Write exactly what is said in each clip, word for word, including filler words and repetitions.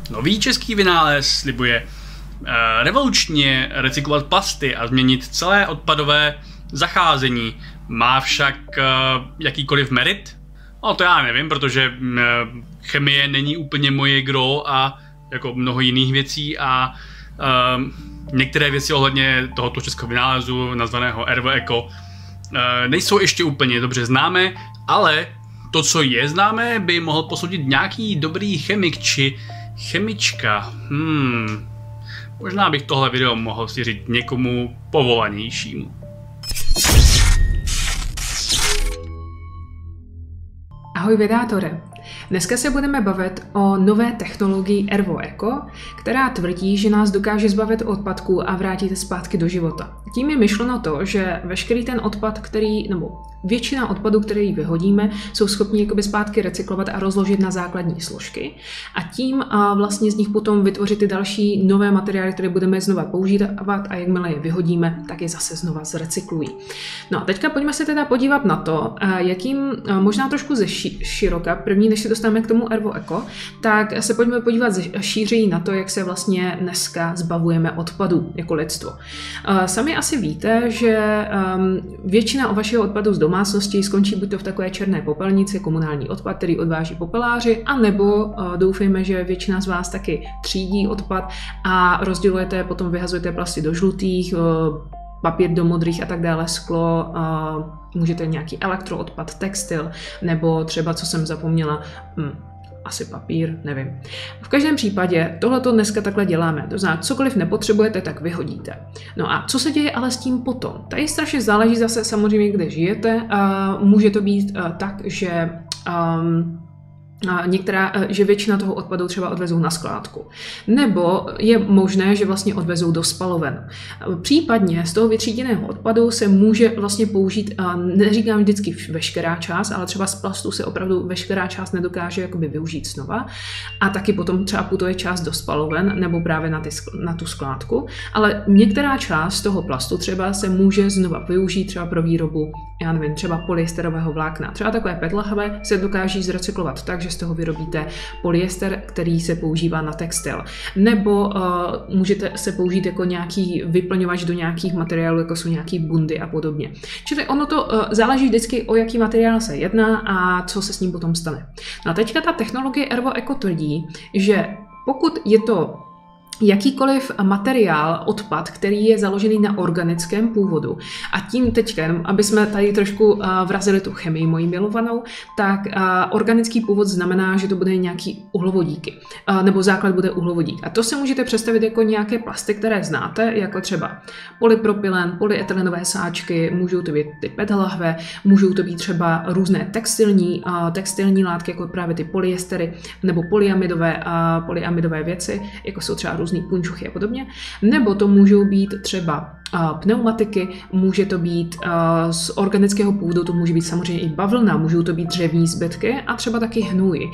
Nový český vynález slibuje uh, revolučně recyklovat plasty a změnit celé odpadové zacházení. Má však uh, jakýkoliv merit? No to já nevím, protože uh, chemie není úplně moje gro a jako mnoho jiných věcí a uh, některé věci ohledně tohoto českého vynálezu nazvaného ErvoEco uh, nejsou ještě úplně dobře známé, ale to, co je známé, by mohl posoudit nějaký dobrý chemik či chemička. Hmm. Možná bych tohle video mohl svěřit někomu povolanějšímu. Ahoj vědátore. Dneska se budeme bavit o nové technologii ErvoEco, která tvrdí, že nás dokáže zbavit odpadků a vrátit zpátky do života. Tím je myšleno to, že veškerý ten odpad, který, nebo většina odpadů, který vyhodíme, jsou schopni jakoby zpátky recyklovat a rozložit na základní složky a tím a vlastně z nich potom vytvořit ty další nové materiály, které budeme znova používat a jakmile je vyhodíme, tak je zase znova zrecyklují. No a teďka pojďme se teda podívat na to, jakým možná trošku ze široka, první než se dostaneme k tomu ErvoEco, tak se pojďme podívat šířeji na to, jak se vlastně dneska zbavujeme odpadů jako lidstvo. Sami asi víte, že většina vašeho odpadu z domácnosti skončí buď to v takové černé popelnici, komunální odpad, který odváží popeláři, anebo doufejme, že většina z vás taky třídí odpad a rozdělujete, potom vyhazujete plasty do žlutých, papír do modrých a tak dále, sklo, můžete nějaký elektroodpad, textil, nebo třeba, co jsem zapomněla, hm, asi papír, nevím. V každém případě tohleto dneska takhle děláme. To znamená, cokoliv nepotřebujete, tak vyhodíte. No a co se děje ale s tím potom? Tady strašně záleží zase samozřejmě, kde žijete. Může to být tak, že um, Některá, že většina toho odpadu třeba odvezou na skládku. Nebo je možné, že vlastně odvezou do spaloven. Případně z toho vytříděného odpadu se může vlastně použít, neříkám vždycky veškerá část, ale třeba z plastu se opravdu veškerá část nedokáže jakoby využít znova. A taky potom třeba putuje část do spaloven nebo právě na, ty, na tu skládku. Ale některá část toho plastu třeba se může znova využít třeba pro výrobu, já nevím, třeba polyesterového vlákna. Třeba takové pet lahve se dokáží zrecyklovat tak, že z toho vyrobíte polyester, který se používá na textil. Nebo uh, můžete se použít jako nějaký vyplňovač do nějakých materiálů, jako jsou nějaký bundy a podobně. Čili ono to uh, záleží vždycky, o jaký materiál se jedná a co se s ním potom stane. No a teďka ta technologie ErvoEco tvrdí, že pokud je to jakýkoliv materiál, odpad, který je založený na organickém původu. A tím teďka, aby jsme tady trošku uh, vrazili tu chemii mojí milovanou, tak uh, organický původ znamená, že to bude nějaký uhlovodíky. Uh, nebo základ bude uhlovodík. A to si můžete představit jako nějaké plasty, které znáte, jako třeba polypropylen, polyetylenové sáčky, můžou to být ty pet lahve, můžou to být třeba různé textilní, uh, textilní látky, jako právě ty polyestery, nebo polyamidové, uh, polyamidové věci, jako jsou třeba různý punčuchy a podobně, nebo to můžou být třeba uh, pneumatiky, může to být uh, z organického původu, to může být samozřejmě i bavlna, můžou to být dřevní zbytky a třeba taky hnůj.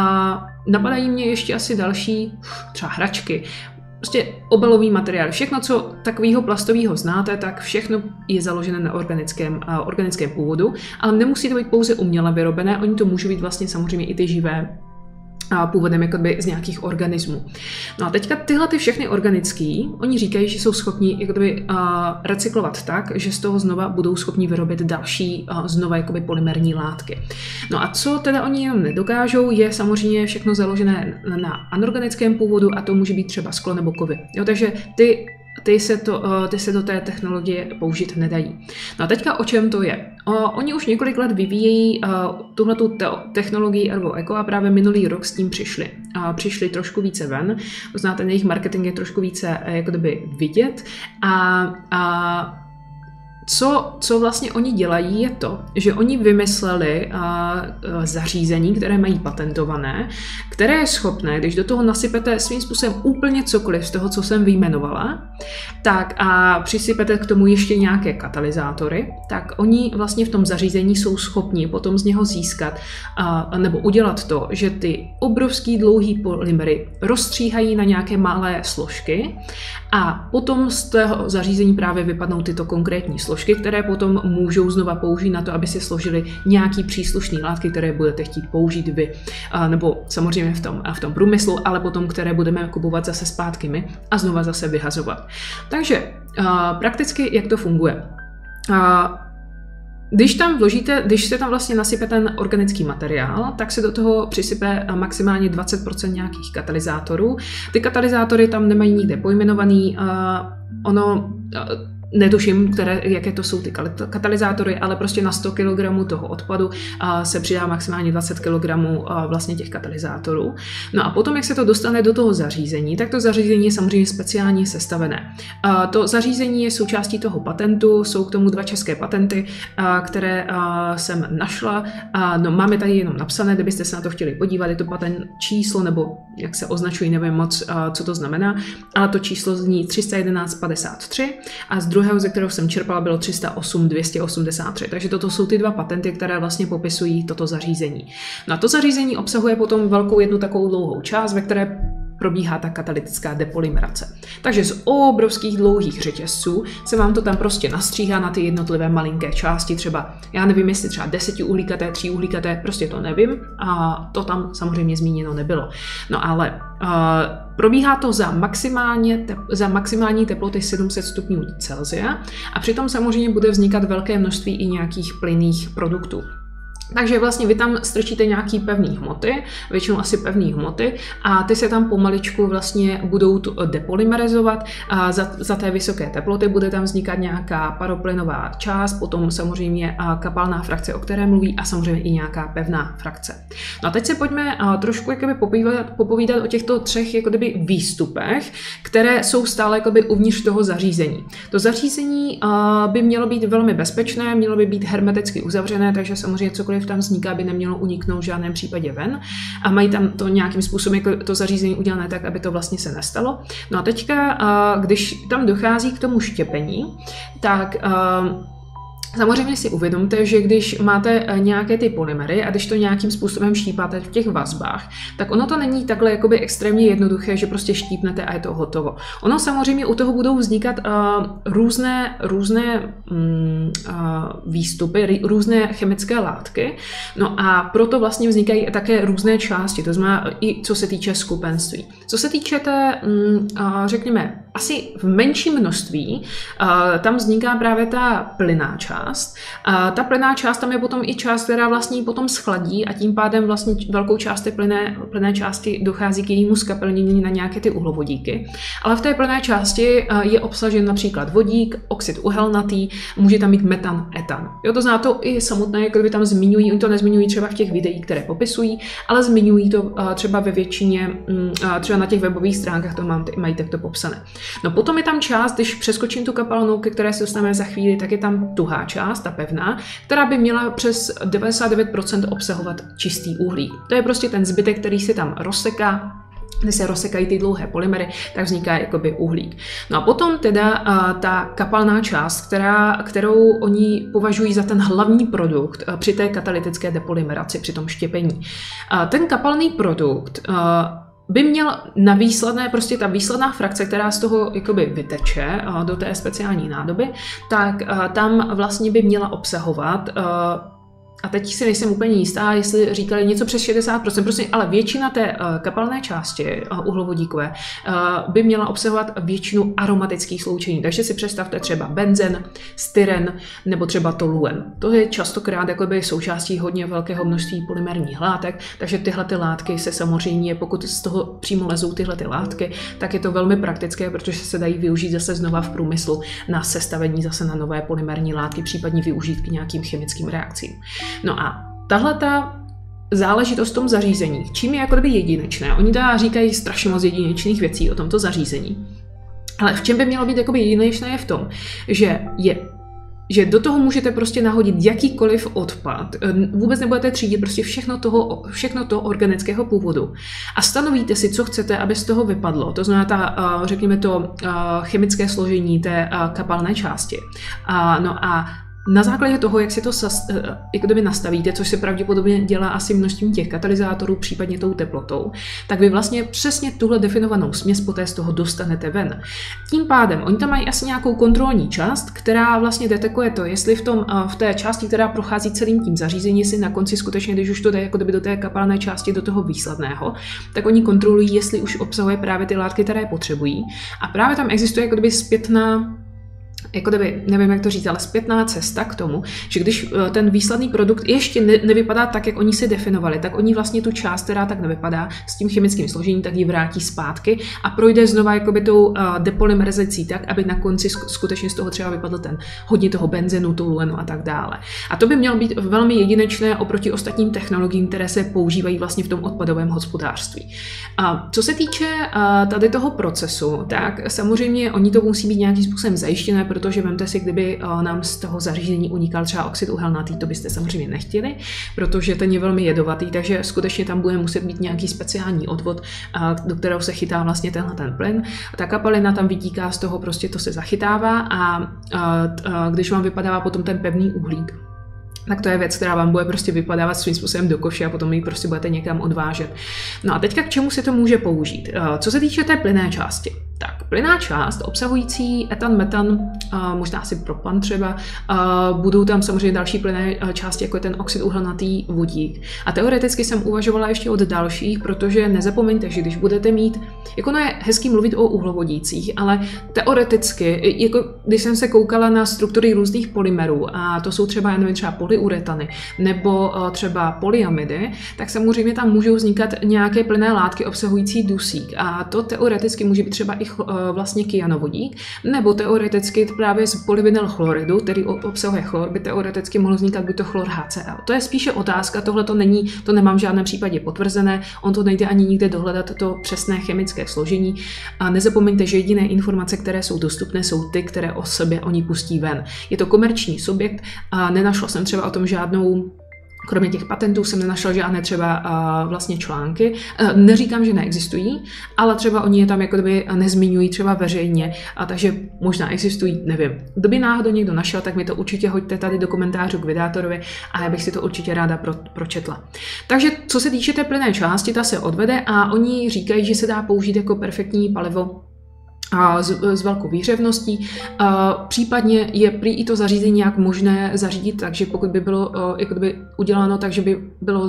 A napadají mě ještě asi další, třeba hračky, prostě obalový materiál. Všechno, co takového plastového znáte, tak všechno je založené na organickém, uh, organickém původu, ale nemusí to být pouze uměle vyrobené, oni to můžou být vlastně samozřejmě i ty živé původem jakoby z nějakých organismů. No a teďka tyhle ty všechny organický, oni říkají, že jsou schopni jakoby, uh, recyklovat tak, že z toho znova budou schopni vyrobit další uh, znova jakoby polymerní látky. No a co teda oni jenom nedokážou, je samozřejmě všechno založené na anorganickém původu a to může být třeba sklo nebo kovy. Jo, takže ty Ty se, to, ty se do té technologie použít nedají. No a teďka o čem to je? O, oni už několik let vyvíjejí uh, tuhletu te technologii ErvoEco a právě minulý rok s tím přišli. Uh, přišli trošku více ven, to znamená, ten jejich marketing je trošku více uh, jako kdyby vidět a, a Co, co vlastně oni dělají, je to, že oni vymysleli uh, uh, zařízení, které mají patentované, které je schopné, když do toho nasypete svým způsobem úplně cokoliv z toho, co jsem vyjmenovala, tak a přisypete k tomu ještě nějaké katalyzátory, tak oni vlastně v tom zařízení jsou schopni potom z něho získat uh, nebo udělat to, že ty obrovský dlouhý polymery rozstříhají na nějaké malé složky a potom z toho zařízení právě vypadnou tyto konkrétní složky, složky, které potom můžou znova použít na to, aby si složili nějaký příslušný látky, které budete chtít použít vy, nebo samozřejmě v tom, v tom průmyslu, ale potom, které budeme kupovat zase zpátky my a znova zase vyhazovat. Takže prakticky, jak to funguje? Když tam vložíte, když se tam vlastně nasype ten organický materiál, tak se do toho přisype maximálně dvacet procent nějakých katalyzátorů. Ty katalyzátory tam nemají nikde pojmenovaný, ono netuším, které, jaké to jsou ty katalyzátory, ale prostě na sto kilogramů toho odpadu se přidá maximálně dvacet kilogramů vlastně těch katalyzátorů. No a potom, jak se to dostane do toho zařízení, tak to zařízení je samozřejmě speciálně sestavené. To zařízení je součástí toho patentu, jsou k tomu dva české patenty, které jsem našla. No, máme tady jenom napsané, kdybyste se na to chtěli podívat, je to patent číslo, nebo jak se označují, nevím moc, co to znamená, ale to číslo zní tři sta jedenáct padesát tři a z druhého, ze kterého jsem čerpala, bylo tři sta osm dvě stě osmdesát tři. Takže toto jsou ty dva patenty, které vlastně popisují toto zařízení. No a to zařízení obsahuje potom velkou jednu takovou dlouhou část, ve které probíhá ta katalytická depolymerace. Takže z obrovských dlouhých řetězců se vám to tam prostě nastříhá na ty jednotlivé malinké části, třeba, já nevím, jestli třeba desetihluhlíkaté, tříuhlíkaté, prostě to nevím a to tam samozřejmě zmíněno nebylo. No ale uh, probíhá to za, maximálně tep, za maximální teploty sedm set stupňů Celsia a přitom samozřejmě bude vznikat velké množství i nějakých plynných produktů. Takže vlastně vy tam strčíte nějaký pevný hmoty, většinou asi pevný hmoty a ty se tam pomaličku vlastně budou depolymerizovat a za, za té vysoké teploty bude tam vznikat nějaká paroplynová část, potom samozřejmě kapalná frakce, o které mluví a samozřejmě i nějaká pevná frakce. No a teď se pojďme trošku jakoby popovídat, popovídat o těchto třech jakoby výstupech, které jsou stále jakoby uvnitř toho zařízení. To zařízení by mělo být velmi bezpečné, mělo by být hermeticky uzavřené, takže samozřejmě cokoliv tam vzniká, by nemělo uniknout v žádném případě ven a mají tam to nějakým způsobem jako to zařízení udělané tak, aby to vlastně se nestalo. No a teďka, když tam dochází k tomu štěpení, tak samozřejmě si uvědomte, že když máte nějaké ty polymery a když to nějakým způsobem štípáte v těch vazbách, tak ono to není takhle jakoby extrémně jednoduché, že prostě štípnete a je to hotovo. Ono samozřejmě u toho budou vznikat uh, různé, různé um, uh, výstupy, různé chemické látky, no a proto vlastně vznikají také různé části, to znamená i co se týče skupenství. Co se týče té, um, uh, řekněme, asi v menším množství, uh, tam vzniká právě ta plynná část. A ta plynná část, tam je potom i část, která vlastně potom schladí a tím pádem vlastně velkou část té plynné, plynné části dochází k jejímu skapelnění na nějaké ty uhlovodíky. Ale v té plynné části je obsažen například vodík, oxid uhelnatý, může tam být metan, etan. Jo, to zná to i samotné, jak kdyby tam zmiňují, oni to nezmiňují třeba v těch videích, které popisují, ale zmiňují to třeba ve většině, třeba na těch webových stránkách to mají takto popsané. No potom je tam část, když přeskočím tu kapalnou, ke které se dostaneme za chvíli, tak je tam tuhá část, ta pevná, která by měla přes devadesát devět procent obsahovat čistý uhlík. To je prostě ten zbytek, který se tam rozseká. Když se rozsekají ty dlouhé polymery, tak vzniká jakoby uhlík. No a potom teda uh, ta kapalná část, která, kterou oni považují za ten hlavní produkt uh, při té katalytické depolymeraci, při tom štěpení. Uh, ten kapalný produkt uh, by měl na výsledné, prostě ta výsledná frakce, která z toho jakoby vyteče uh, do té speciální nádoby, tak uh, tam vlastně by měla obsahovat uh, a teď si nejsem úplně jistá, jestli říkali něco přes šedesát procent, prostě, ale většina té uh, kapalné části uh, uhlovodíkové uh, by měla obsahovat většinu aromatických sloučení. Takže si představte třeba benzen, styren nebo třeba toluen. To je častokrát jakoby součástí hodně velkého množství polymerních látek, takže tyhle ty látky se samozřejmě, pokud z toho přímo lezou tyhle ty látky, tak je to velmi praktické, protože se dají využít zase znova v průmyslu na sestavení zase na nové polymerní látky, případně využít k nějakým chemickým reakcím. No a tahle ta záležitost v tom zařízení, čím je jako kdyby jedinečné. Oni teda říkají strašně moc jedinečných věcí o tomto zařízení. Ale v čem by mělo být jakoby jedinečné je v tom, že je že do toho můžete prostě nahodit jakýkoliv odpad, vůbec nebudete třídit prostě všechno toho, všechno toho organického původu a stanovíte si, co chcete, aby z toho vypadlo. To znamená ta, řekněme to, chemické složení té kapalné části. No a na základě toho, jak si to jak kdyby nastavíte, což se pravděpodobně dělá asi množstvím těch katalyzátorů, případně tou teplotou, tak vy vlastně přesně tuhle definovanou směs poté z toho dostanete ven. Tím pádem, oni tam mají asi nějakou kontrolní část, která vlastně detekuje to, jestli v, tom, v té části, která prochází celým tím zařízením, jestli na konci skutečně, když už to jde jako kdyby do té kapalné části, do toho výsledného, tak oni kontrolují, jestli už obsahuje právě ty látky, které potřebují. A právě tam existuje jako kdyby zpětná jako kdyby, nevím, jak to říct, ale zpětná cesta k tomu, že když ten výsledný produkt ještě ne, nevypadá tak, jak oni si definovali, tak oni vlastně tu část, která tak nevypadá s tím chemickým složením, tak ji vrátí zpátky a projde znova jakoby tou uh, depolymerizací tak, aby na konci skutečně z toho třeba vypadl ten hodně toho benzenu, toluenu a tak dále. A to by mělo být velmi jedinečné oproti ostatním technologiím, které se používají vlastně v tom odpadovém hospodářství. A co se týče uh, tady toho procesu, tak samozřejmě oni to musí být nějakým způsobem zajištěné, protože vemte si, kdyby nám z toho zařízení unikal třeba oxid uhelnatý, to byste samozřejmě nechtěli, protože ten je velmi jedovatý, takže skutečně tam bude muset být nějaký speciální odvod, do kterého se chytá vlastně tenhle ten plyn. Ta kapalina tam vytíká z toho, prostě to se zachytává a, a když vám vypadává potom ten pevný uhlík, tak to je věc, která vám bude prostě vypadávat svým způsobem do koše a potom ji prostě budete někam odvážet. No a teďka k čemu se to může použít? Co se týče té plynné části, tak plynná část obsahující etan, metan, možná asi propan třeba, budou tam samozřejmě další plynné části, jako je ten oxid uhelnatý, vodík. A teoreticky jsem uvažovala ještě od dalších, protože nezapomeňte, že když budete mít, jako no je hezký mluvit o uhlovodících, ale teoreticky, jako když jsem se koukala na struktury různých polymerů, a to jsou třeba, já nevím, třeba polyuretany nebo třeba polyamidy, tak samozřejmě tam můžou vznikat nějaké plynné látky obsahující dusík. A to teoreticky může být třeba i vlastně kyanovodík, nebo teoreticky právě z polyvinyl chloridu, který obsahuje chlor, by teoreticky mohl vznikat buď to chlor H C L. To je spíše otázka, tohle to není, to nemám v žádném případě potvrzené, on to nejde ani nikde dohledat to přesné chemické složení. A nezapomeňte, že jediné informace, které jsou dostupné, jsou ty, které o sobě oni pustí ven. Je to komerční subjekt a nenašla jsem třeba o tom žádnou. Kromě těch patentů jsem nenašla žádné třeba uh, vlastně články. Uh, neříkám, že neexistují, ale třeba oni je tam jako kdyby nezmiňují třeba veřejně, a takže možná existují, nevím. Kdyby náhodou někdo našel, tak mi to určitě hoďte tady do komentářů k vydátorovi a já bych si to určitě ráda pro, pročetla. Takže co se týče té plynné části, ta se odvede a oni říkají, že se dá použít jako perfektní palivo a s, s velkou výhřevností. A případně je prý i to zařízení nějak možné zařídit, takže pokud by bylo jako by uděláno tak, že by bylo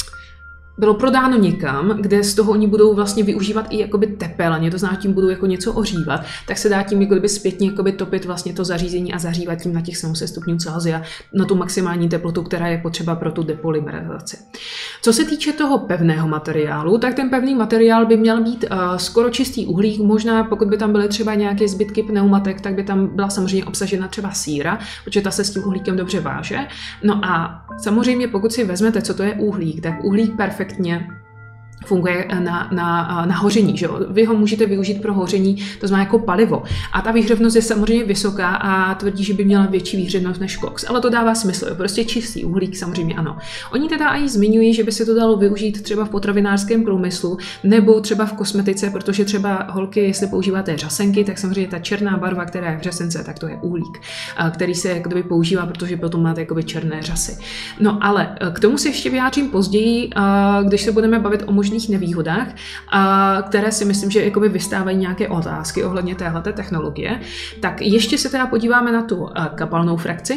bylo prodáno někam, kde z toho oni budou vlastně využívat i jakoby tepelně, to znamená, tím budou jako něco ohřívat, tak se dá tím jakoby zpětně jakoby topit vlastně to zařízení a zahřívat tím na těch sedm set stupňů Celsia na tu maximální teplotu, která je potřeba pro tu depolymerizaci. Co se týče toho pevného materiálu, tak ten pevný materiál by měl být uh, skoro čistý uhlík, možná pokud by tam byly třeba nějaké zbytky pneumatek, tak by tam byla samozřejmě obsažena třeba síra, protože ta se s tím uhlíkem dobře váže. No a samozřejmě pokud si vezmete, co to je uhlík, tak uhlík perfektně funguje na, na, na hoření. Že? Vy ho můžete využít pro hoření, to znamená jako palivo. A ta výhřevnost je samozřejmě vysoká a tvrdí, že by měla větší výhřevnost než koks. Ale to dává smysl. Prostě čistý uhlík samozřejmě ano. Oni teda i zmiňují, že by se to dalo využít třeba v potravinářském průmyslu nebo třeba v kosmetice, protože třeba holky, jestli používáte řasenky, tak samozřejmě ta černá barva, která je v řasence, tak to je uhlík, který se jakoby používá, protože potom máte jakoby černé řasy. No ale k tomu se ještě vyjádřím později, když se budeme bavit o možných nevýhodách, které si myslím, že jakoby vystávají nějaké otázky ohledně téhleté technologie. Tak ještě se teda podíváme na tu kapalnou frakci.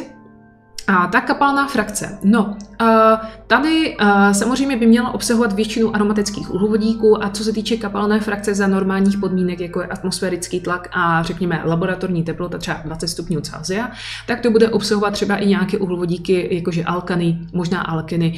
A ta kapalná frakce, no, tady samozřejmě by měla obsahovat většinu aromatických uhlovodíků a co se týče kapalné frakce za normálních podmínek, jako je atmosférický tlak a řekněme laboratorní teplota třeba dvacet stupňů Celsia, tak to bude obsahovat třeba i nějaké uhlovodíky, jakože alkany, možná alkeny.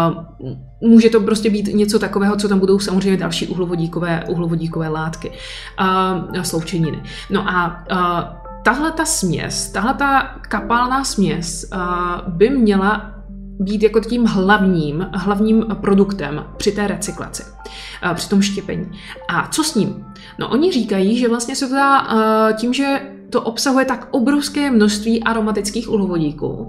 Může to prostě být něco takového, co tam budou samozřejmě další uhlovodíkové, uhlovodíkové látky, sloučeniny. No a tahle ta směs, tahle ta kapalná směs uh, by měla být jako tím hlavním, hlavním produktem při té recyklaci, uh, při tom štěpení. A co s ním? No oni říkají, že vlastně se to dá uh, tím, že to obsahuje tak obrovské množství aromatických uhlovodíků, uh,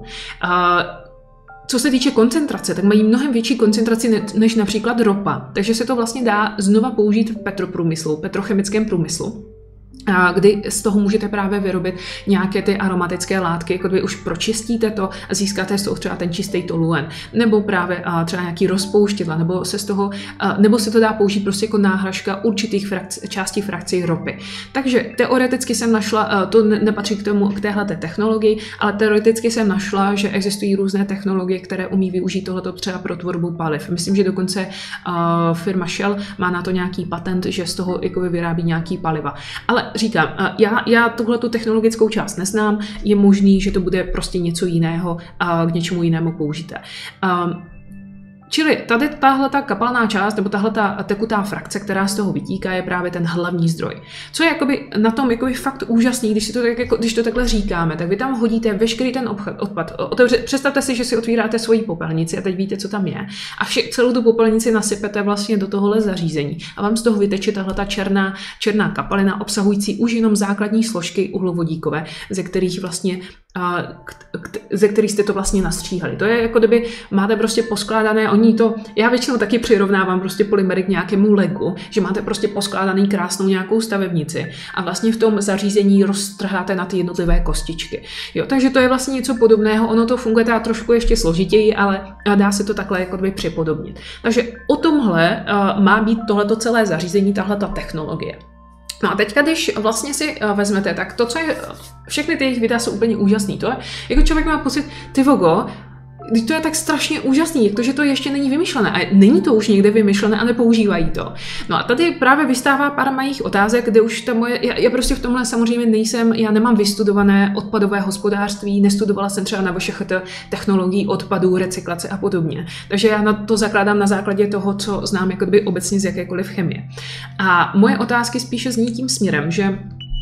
co se týče koncentrace, tak mají mnohem větší koncentraci než například ropa, takže se to vlastně dá znova použít v petroprůmyslu, petrochemickém průmyslu. kdy z toho můžete právě vyrobit nějaké ty aromatické látky, jako kdy už pročistíte to a získáte z toho třeba ten čistý toluen, nebo právě třeba nějaký rozpouštědla, nebo se z toho, nebo se to dá použít prostě jako náhražka určitých frakci, částí frakcí ropy. Takže teoreticky jsem našla, to nepatří k tomu, k téhleté technologii, ale teoreticky jsem našla, že existují různé technologie, které umí využít tohleto třeba pro tvorbu paliv. Myslím, že dokonce uh, firma Shell má na to nějaký patent, že z toho jako vyrábí nějaký paliva. Ale říkám, já, já tuhletu technologickou část neznám, je možný, že to bude prostě něco jiného a k něčemu jinému použité. Um, Čili tady tahle ta kapalná část, nebo tahle ta tekutá frakce, která z toho vytíká, je právě ten hlavní zdroj. Co je jakoby na tom jakoby fakt úžasný, když, si to, tak, jako, když to takhle říkáme, tak vy tam hodíte veškerý ten odpad. Otevře, představte si, že si otvíráte svoji popelnici a teď víte, co tam je. A vše, celou tu popelnici nasypete vlastně do tohohle zařízení. A vám z toho vyteče tahle ta černá, černá kapalina, obsahující už jenom základní složky uhlovodíkové, ze kterých vlastně ze kterých jste to vlastně nastříhali. To je jako kdyby máte prostě poskládané, oni to, já většinou taky přirovnávám prostě polymery k nějakému legu, že máte prostě poskládaný krásnou nějakou stavebnici a vlastně v tom zařízení roztrháte na ty jednotlivé kostičky. Jo, takže to je vlastně něco podobného, ono to funguje teda trošku ještě složitěji, ale dá se to takhle jako kdyby připodobnit. Takže o tomhle uh, má být tohleto celé zařízení, tahle ta technologie. No a teďka, když vlastně si vezmete, tak to, co je, všechny ty jejich videa jsou úplně úžasný. To je, jako člověk má pocit, ty vogo, když to je tak strašně úžasný, jak to, že to ještě není vymyšlené. A není to už někde vymyšlené a nepoužívají to. No a tady právě vystává pár mých otázek, kde už ta moje, já, já prostě v tomhle samozřejmě nejsem, já nemám vystudované odpadové hospodářství, nestudovala jsem třeba na V Š Ch T technologií odpadů, recyklace a podobně. Takže já na to zakládám na základě toho, co znám jako kdyby obecně z jakékoliv chemie. A moje otázky spíše zní tím směrem, že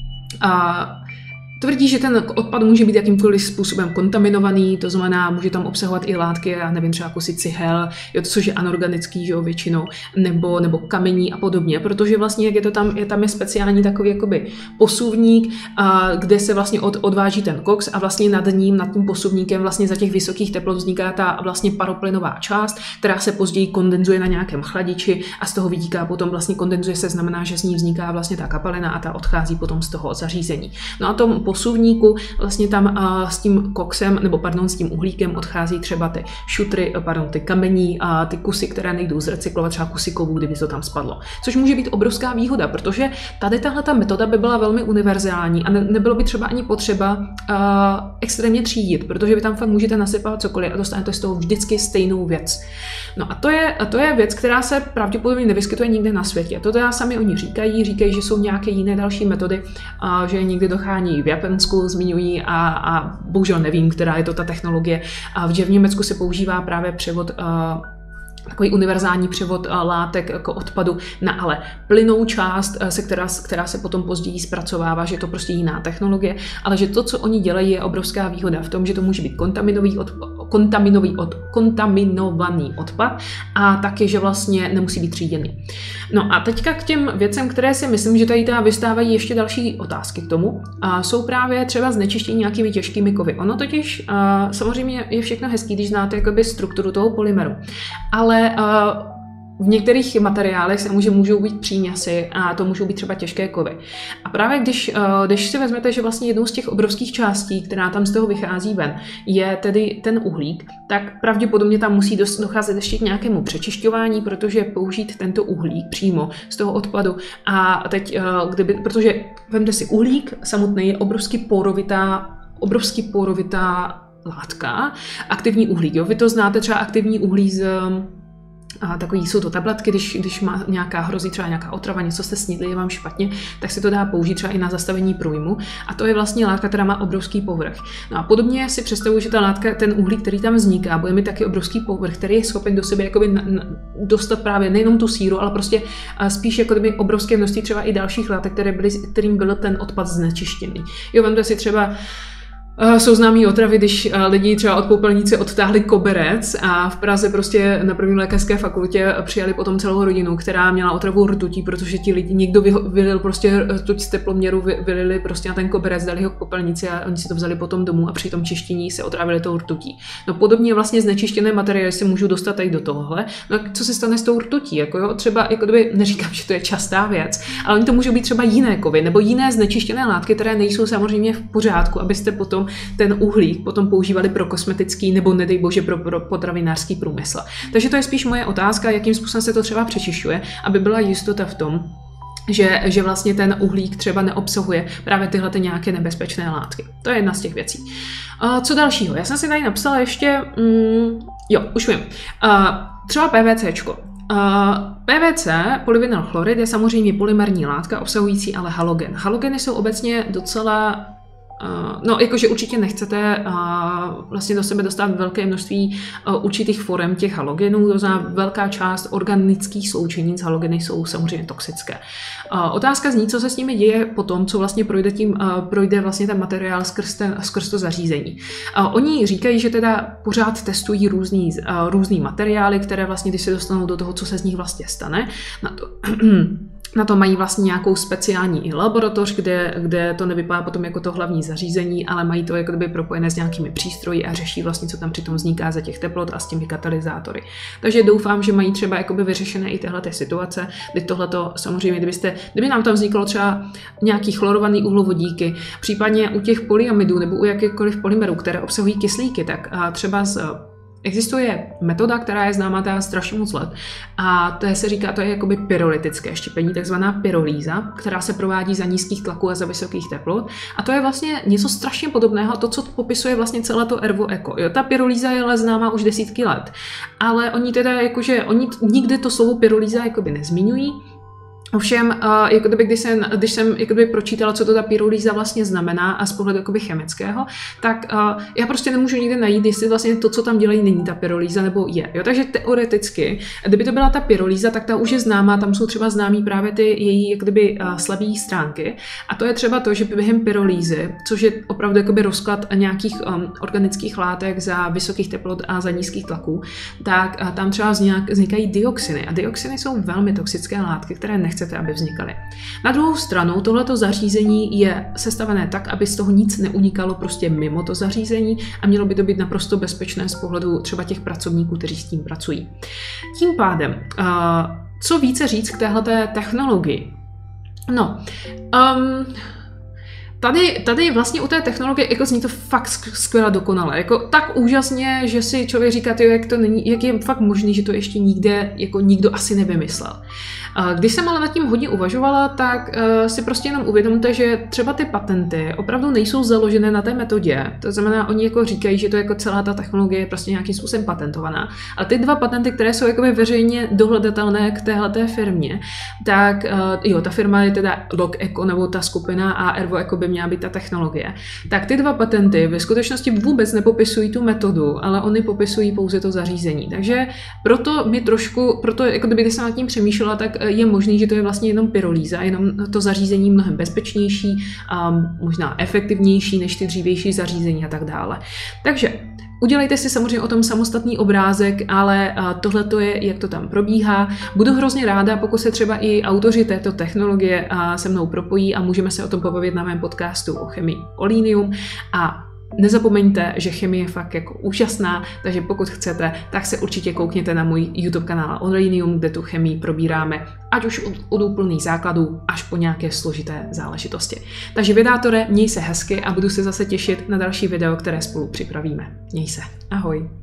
a, tvrdí, že ten odpad může být jakýmkoliv způsobem kontaminovaný, to znamená, může tam obsahovat i látky, já nevím, třeba kusy cihel, jo, což je anorganický, že jo, většinou, nebo, nebo kamení a podobně, protože vlastně, jak je to tam, je tam je speciální takový jakoby posuvník, a, kde se vlastně od, odváží ten koks a vlastně nad ním, nad tím posuvníkem vlastně za těch vysokých teplot vzniká ta vlastně paroplynová část, která se později kondenzuje na nějakém chladiči a z toho vytíká potom vlastně kondenzuje se, znamená, že z ní vzniká vlastně ta kapalina a ta odchází potom z toho zařízení. No a tom posuvníku vlastně tam uh, s tím koksem, nebo pardon, s tím uhlíkem odchází třeba ty šutry, pardon, ty kamení a ty kusy, které nejdou zrecyklovat, třeba kusy kovů, kdyby to tam spadlo. Což může být obrovská výhoda, protože tady tahle ta metoda by byla velmi univerzální a ne, nebylo by třeba ani potřeba uh, extrémně třídit, protože vy tam fakt můžete nasypat cokoliv a dostanete z toho vždycky stejnou věc. No a to je, a to je věc, která se pravděpodobně nevyskytuje nikde na světě. To teda sami oni říkají, říkají, že jsou nějaké jiné další metody, uh, že někdy dochází v Japonsku zmiňují a, a bohužel nevím, která je to ta technologie. A v Německu se používá právě převod uh, takový univerzální převod látek jako odpadu na ale plynou část, se která, která se potom později zpracovává, že je to prostě jiná technologie, ale že to, co oni dělají, je obrovská výhoda v tom, že to může být kontaminový od, kontaminový od, kontaminovaný odpad a taky, že vlastně nemusí být tříděný. No a teďka k těm věcem, které si myslím, že tady tady vystávají ještě další otázky k tomu, a jsou právě třeba znečištění nějakými těžkými kovy. Ono totiž a, samozřejmě je všechno hezký, když znáte jakoby strukturu toho polymeru, ale Ale uh, v některých materiálech se může, můžou být příměsi a to můžou být třeba těžké kovy. A právě když, uh, když si vezmete, že vlastně jednou z těch obrovských částí, která tam z toho vychází ven, je tedy ten uhlík, tak pravděpodobně tam musí docházet ještě k nějakému přečišťování, protože použít tento uhlík přímo z toho odpadu. A teď, uh, kdyby, protože vemte si, uhlík samotný je obrovsky porovitá, obrovsky porovitá látka, aktivní uhlík. Jo? Vy to znáte třeba aktivní uhlí z a takový jsou to tabletky, když, když má nějaká hrozí třeba nějaká otrava, něco jste snídli, je vám špatně, tak se to dá použít třeba i na zastavení průjmu. A to je vlastně látka, která má obrovský povrch. No a podobně si představuji, že ta látka, ten uhlík, který tam vzniká, bude mít taky obrovský povrch, který je schopen do sebe jakoby na, na, dostat právě nejenom tu síru, ale prostě spíš jako kdyby obrovské množství třeba i dalších látek, které byly, kterým byl ten odpad znečištěný. Jo, vemte si třeba Jsou známý otravy, když lidi třeba od popelnice odtáhli koberec a v Praze prostě na první lékařské fakultě přijali potom celou rodinu, která měla otravu rtutí, protože ti lidi, někdo vylil prostě rtuť z teploměru, vylili prostě na ten koberec, dali ho k popelnici a oni si to vzali potom domů a při tom čištění se otrávili tou rtutí. No podobně vlastně znečištěné materiály se můžou dostat i do tohohle. No co se stane s tou rtutí? Jako jo, třeba, jako kdyby, neříkám, že to je častá věc, ale oni to můžou být třeba jiné kovy nebo jiné znečištěné látky, které nejsou samozřejmě v pořádku, abyste potom ten uhlík potom používali pro kosmetický nebo nedej bože pro, pro potravinářský průmysl. Takže to je spíš moje otázka, jakým způsobem se to třeba přečišťuje, aby byla jistota v tom, že, že vlastně ten uhlík třeba neobsahuje právě tyhle ty nějaké nebezpečné látky. To je jedna z těch věcí. Uh, co dalšího? Já jsem si tady napsala ještě, mm, jo, už vím, uh, třeba PVCčko. Uh, P V C, polyvinyl chlorid, je samozřejmě polymerní látka obsahující ale halogen. Halogeny jsou obecně docela Uh, no, jakože určitě nechcete uh, vlastně do sebe dostat velké množství uh, určitých forem těch halogenů, to znamená velká část organických sloučenin z halogeny jsou samozřejmě toxické. Uh, otázka zní, co se s nimi děje po tom, co vlastně projde, tím, uh, projde vlastně ten materiál skrz, ten, skrz to zařízení. Uh, oni říkají, že teda pořád testují různý, uh, různý materiály, které vlastně, když se dostanou do toho, co se z nich vlastně stane, na to Na to mají vlastně nějakou speciální laboratoř, kde, kde to nevypadá potom jako to hlavní zařízení, ale mají to jako kdyby propojené s nějakými přístroji a řeší vlastně, co tam přitom vzniká za těch teplot a s těmi katalyzátory. Takže doufám, že mají třeba jakoby vyřešené i tyhle situace, kdy tohleto samozřejmě, kdybyste, kdyby nám tam vzniklo třeba nějaký chlorovaný uhlovodíky, případně u těch polyamidů nebo u jakýchkoliv polymerů, které obsahují kyslíky, tak třeba z Existuje metoda, která je známá teda strašně moc let a to je, se říká, to je jakoby pyrolytické štěpení, takzvaná pyrolýza, která se provádí za nízkých tlaků a za vysokých teplot. A to je vlastně něco strašně podobného, to, co popisuje vlastně celé to Ervo Eco. Jo, ta pyrolýza je ale známá už desítky let, ale oni teda jakože, oni nikdy to slovo pyrolýza jakoby nezmiňují. Ovšem, uh, jako kdyby, když jsem, když jsem jako kdyby pročítala, co to ta pyrolýza vlastně znamená a z pohledu jakoby chemického, tak uh, já prostě nemůžu nikde najít, jestli vlastně to, co tam dělají, není ta pyrolýza nebo je. Jo? Takže teoreticky, kdyby to byla ta pyrolýza, tak ta už je známá, tam jsou třeba známí právě ty její jako kdyby, uh, slabé stránky. A to je třeba to, že během pyrolýzy, což je opravdu jakoby rozklad nějakých um, organických látek za vysokých teplot a za nízkých tlaků, tak uh, tam třeba vznik, vznikají dioxiny. A dioxiny jsou velmi toxické látky, které nechce aby vznikaly. Na druhou stranu tohleto zařízení je sestavené tak, aby z toho nic neunikalo prostě mimo to zařízení a mělo by to být naprosto bezpečné z pohledu třeba těch pracovníků, kteří s tím pracují. Tím pádem, uh, co více říct k téhleté technologii? No, um, Tady, tady vlastně u té technologie jako zní to fakt skvěle dokonale. Jako tak úžasně, že si člověk říká, tyjo, jak to není, jak je fakt možný, že to ještě nikde jako nikdo asi nevymyslel. Když jsem ale nad tím hodně uvažovala, tak uh, si prostě jenom uvědomte, že třeba ty patenty opravdu nejsou založené na té metodě. To znamená, oni jako říkají, že to jako celá ta technologie je prostě nějakým způsobem patentovaná. A ty dva patenty, které jsou jakoby veřejně dohledatelné k téhleté firmě, tak uh, jo, ta firma je teda Log Eco nebo ta skupina a Ervo Eco by měla být ta technologie. Tak ty dva patenty ve skutečnosti vůbec nepopisují tu metodu, ale oni popisují pouze to zařízení. Takže proto mi trošku, proto jako kdyby když jsem nad tím přemýšlela, tak je možný, že to je vlastně jenom pyrolýza, jenom to zařízení mnohem bezpečnější a možná efektivnější než ty dřívější zařízení a tak dále. Takže udělejte si samozřejmě o tom samostatný obrázek, ale tohle to je, jak to tam probíhá. Budu hrozně ráda, pokud se třeba i autoři této technologie se mnou propojí a můžeme se o tom pobavit na mém podcastu o chemii Olinium. A nezapomeňte, že chemie je fakt jako úžasná, takže pokud chcete, tak se určitě koukněte na můj YouTube kanál Olinium, kde tu chemii probíráme, ať už od, od úplných základů až po nějaké složité záležitosti. Takže vydátore, měj se hezky a budu se zase těšit na další video, které spolu připravíme. Měj se. Ahoj.